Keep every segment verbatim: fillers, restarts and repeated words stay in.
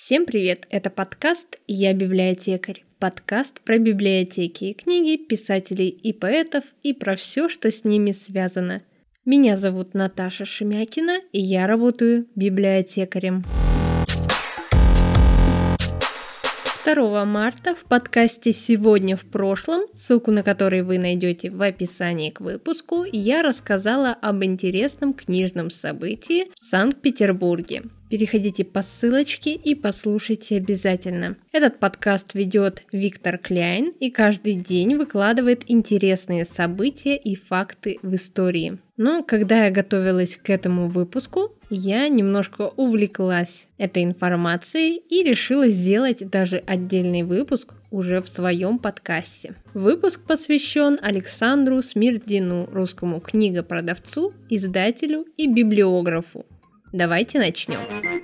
Всем привет! Это подкаст «Я библиотекарь». Подкаст про библиотеки и книги, писателей и поэтов и про все, что с ними связано. Меня зовут Наташа Шемякина, и я работаю библиотекарем. второго марта в подкасте «Сегодня в прошлом», ссылку на который вы найдете в описании к выпуску, я рассказала об интересном книжном событии в Санкт-Петербурге. Переходите по ссылочке и послушайте обязательно. Этот подкаст ведет Виктор Кляйн и каждый день выкладывает интересные события и факты в истории. Но когда я готовилась к этому выпуску, я немножко увлеклась этой информацией и решила сделать даже отдельный выпуск уже в своем подкасте. Выпуск посвящен Александру Смердину, русскому книгопродавцу, издателю и библиографу. Давайте начнем.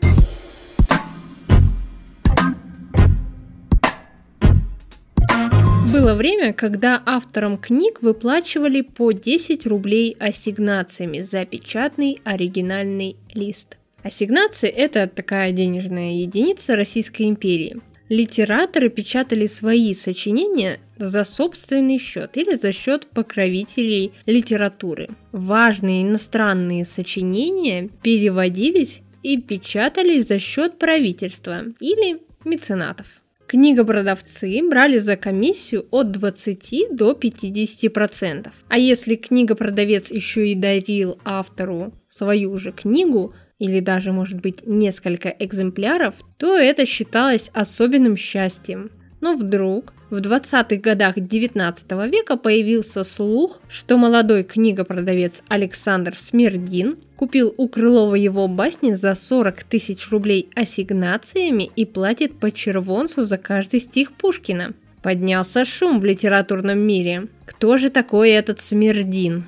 Было время, когда авторам книг выплачивали по десять рублей ассигнациями за печатный оригинальный лист. Ассигнации – это такая денежная единица Российской империи. Литераторы печатали свои сочинения за собственный счет или за счет покровителей литературы. Важные иностранные сочинения переводились и печатались за счет правительства или меценатов. Книгопродавцы брали за комиссию от двадцати до пятидесяти процентов. А если книгопродавец еще и дарил автору свою же книгу, или даже, может быть, несколько экземпляров, то это считалось особенным счастьем. Но вдруг в двадцатых годах девятнадцатого века появился слух, что молодой книгопродавец Александр Смердин купил у Крылова его басни за сорок тысяч рублей ассигнациями и платит по червонцу за каждый стих Пушкина. Поднялся шум в литературном мире. Кто же такой этот Смердин?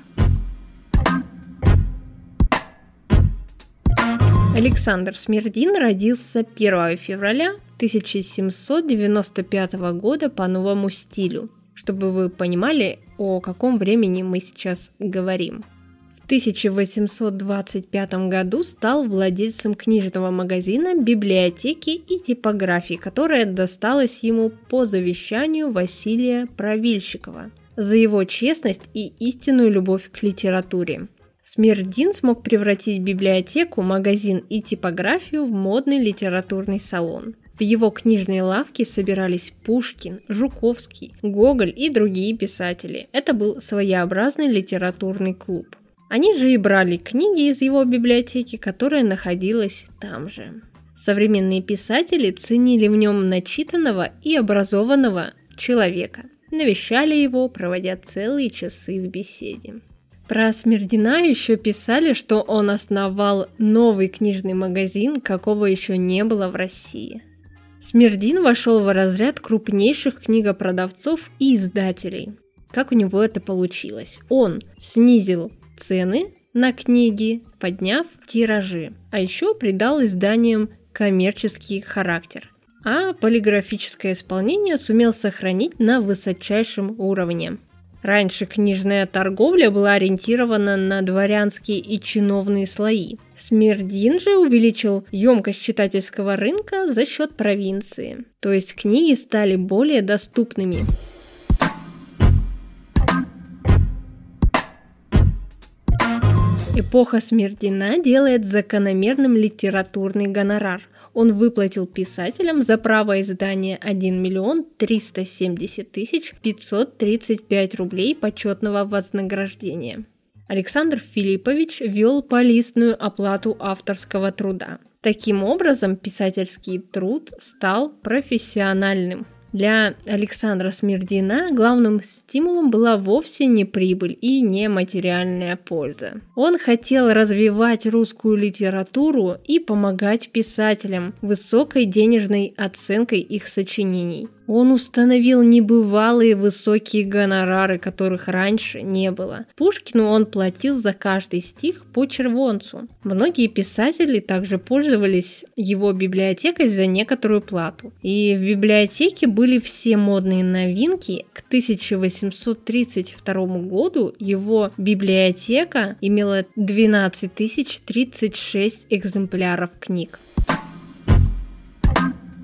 Александр Смердин родился первого февраля тысяча семьсот девяносто пятого года по новому стилю, чтобы вы понимали, о каком времени мы сейчас говорим. В тысяча восемьсот двадцать пятом году стал владельцем книжного магазина, библиотеки и типографии, которая досталась ему по завещанию Василия Правильщикова за его честность и истинную любовь к литературе. Смердин смог превратить библиотеку, магазин и типографию в модный литературный салон. В его книжной лавке собирались Пушкин, Жуковский, Гоголь и другие писатели. Это был своеобразный литературный клуб. Они же и брали книги из его библиотеки, которая находилась там же. Современные писатели ценили в нем начитанного и образованного человека, навещали его, проводя целые часы в беседе. Про Смердина еще писали, что он основал новый книжный магазин, какого еще не было в России. Смердин вошел в разряд крупнейших книгопродавцов и издателей. Как у него это получилось? Он снизил цены на книги, подняв тиражи, а еще придал изданиям коммерческий характер. А полиграфическое исполнение сумел сохранить на высочайшем уровне. Раньше книжная торговля была ориентирована на дворянские и чиновные слои. Смердин же увеличил емкость читательского рынка за счет провинции. То есть книги стали более доступными. Эпоха Смердина делает закономерным литературный гонорар. Он выплатил писателям за право издания один миллион триста семьдесят тысяч пятьсот тридцать пять рублей почетного вознаграждения. Александр Филиппович вел полистную оплату авторского труда. Таким образом, писательский труд стал профессиональным. Для Александра Смердина главным стимулом была вовсе не прибыль и не материальная польза. Он хотел развивать русскую литературу и помогать писателям высокой денежной оценкой их сочинений. Он установил небывалые высокие гонорары, которых раньше не было. Пушкину он платил за каждый стих по червонцу. Многие писатели также пользовались его библиотекой за некоторую плату. И в библиотеке были все модные новинки. К тысяча восемьсот тридцать второму году его библиотека имела двенадцать тысяч тридцать шесть экземпляров книг.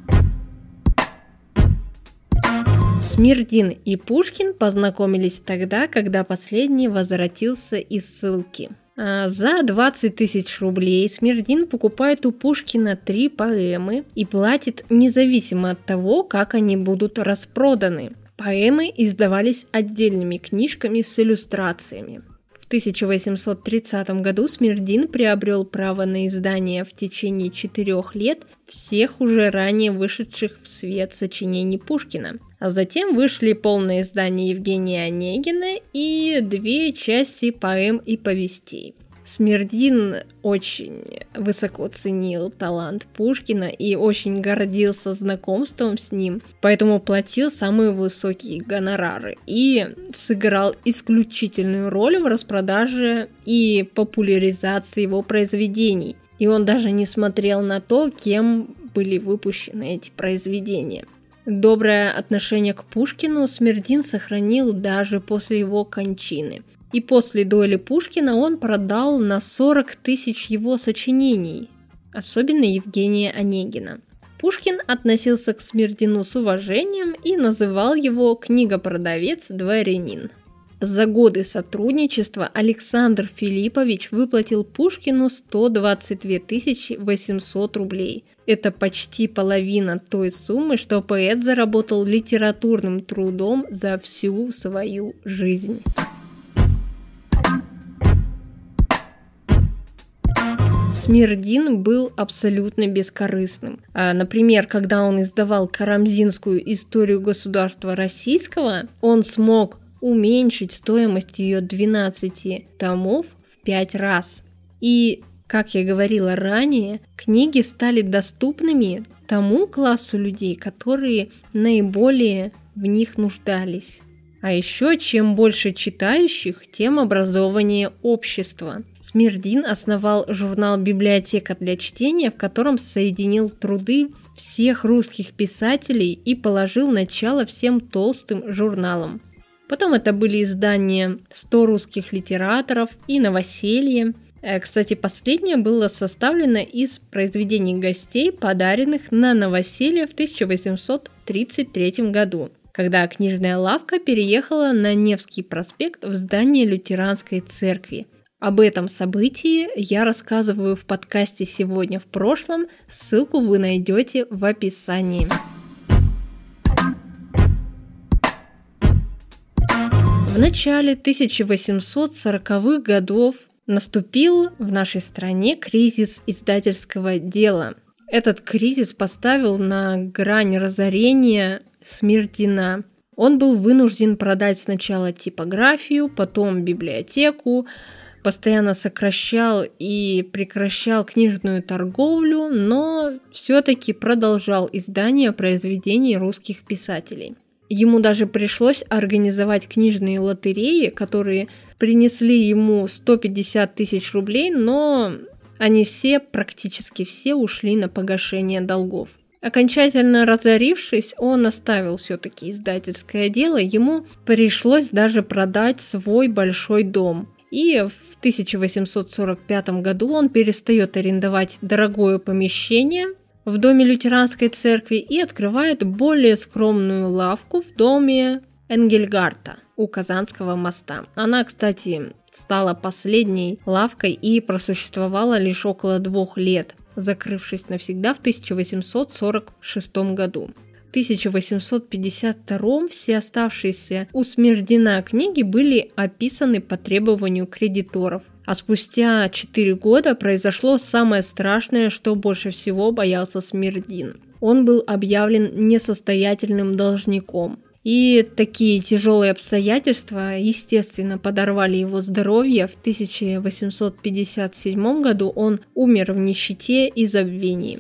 Смердин и Пушкин познакомились тогда, когда последний возвратился из ссылки. За двадцать тысяч рублей Смердин покупает у Пушкина три поэмы и платит независимо от того, как они будут распроданы. Поэмы издавались отдельными книжками с иллюстрациями. В тысяча восемьсот тридцатом году Смердин приобрел право на издание в течение четырех лет всех уже ранее вышедших в свет сочинений Пушкина. А затем вышли полное издание Евгения Онегина и две части поэм и повестей. Смердин очень высоко ценил талант Пушкина и очень гордился знакомством с ним, поэтому платил самые высокие гонорары и сыграл исключительную роль в распродаже и популяризации его произведений. И он даже не смотрел на то, кем были выпущены эти произведения. Доброе отношение к Пушкину Смердин сохранил даже после его кончины. И после дуэли Пушкина он продал на сорок тысяч его сочинений, особенно Евгения Онегина. Пушкин относился к Смердину с уважением и называл его книгопродавец-дворянин. За годы сотрудничества Александр Филиппович выплатил Пушкину сто двадцать две тысячи восемьсот рублей. Это почти половина той суммы, что поэт заработал литературным трудом за всю свою жизнь. Смердин был абсолютно бескорыстным. Например, когда он издавал Карамзинскую историю государства российского, он смог уменьшить стоимость ее двенадцати томов в пять раз. И, как я говорила ранее, книги стали доступными тому классу людей, которые наиболее в них нуждались. А еще, чем больше читающих, тем образованнее общество. Смердин основал журнал «Библиотека для чтения», в котором соединил труды всех русских писателей и положил начало всем толстым журналам. Потом это были издания «сто русских литераторов» и «Новоселье». Кстати, последнее было составлено из произведений гостей, подаренных на новоселье в тысяча восемьсот тридцать третьем году, когда книжная лавка переехала на Невский проспект в здание лютеранской церкви. Об этом событии я рассказываю в подкасте «Сегодня в прошлом», ссылку вы найдете в описании. В начале тысяча восемьсот сороковых годов наступил в нашей стране кризис издательского дела. Этот кризис поставил на грань разорения Смердина. Он был вынужден продать сначала типографию, потом библиотеку, постоянно сокращал и прекращал книжную торговлю, но все-таки продолжал издание произведений русских писателей. Ему даже пришлось организовать книжные лотереи, которые принесли ему сто пятьдесят тысяч рублей, но они все, практически все, ушли на погашение долгов. Окончательно разорившись, он оставил все-таки издательское дело, ему пришлось даже продать свой большой дом. И в тысяча восемьсот сорок пятом году он перестает арендовать дорогое помещение в доме лютеранской церкви и открывает более скромную лавку в доме Энгельгарта у Казанского моста. Она, кстати, стала последней лавкой и просуществовала лишь около двух лет, закрывшись навсегда в тысяча восемьсот сорок шестом году. В тысяча восемьсот пятьдесят втором все оставшиеся у Смердина книги были описаны по требованию кредиторов. А спустя четыре года произошло самое страшное, что больше всего боялся Смердин. Он был объявлен несостоятельным должником. И такие тяжелые обстоятельства, естественно, подорвали его здоровье. В тысяча восемьсот пятьдесят седьмом году он умер в нищете и забвении.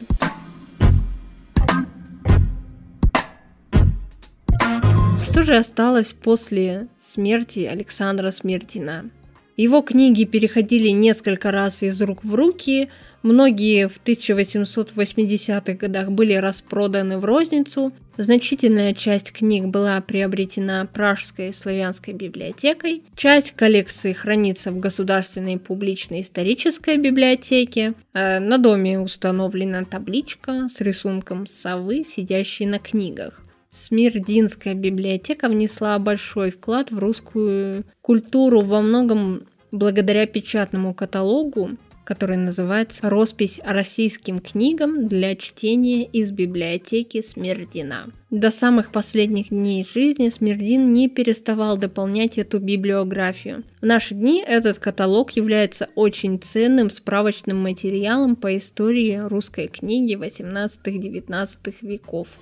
Что же осталось после смерти Александра Смердина? Его книги переходили несколько раз из рук в руки, многие в тысяча восемьсот восьмидесятых годах были распроданы в розницу, значительная часть книг была приобретена Пражской славянской библиотекой, часть коллекции хранится в Государственной публичной исторической библиотеке, на доме установлена табличка с рисунком совы, сидящей на книгах. Смирдинская библиотека внесла большой вклад в русскую культуру во многом благодаря печатному каталогу, который называется «Роспись российским книгам для чтения из библиотеки Смирдина». До самых последних дней жизни Смирдин не переставал дополнять эту библиографию. В наши дни этот каталог является очень ценным справочным материалом по истории русской книги восемнадцатого-девятнадцатого веков.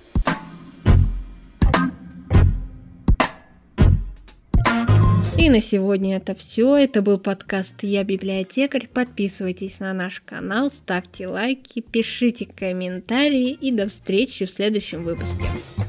И на сегодня это все. Это был подкаст «Я библиотекарь». Подписывайтесь на наш канал, ставьте лайки, пишите комментарии и до встречи в следующем выпуске.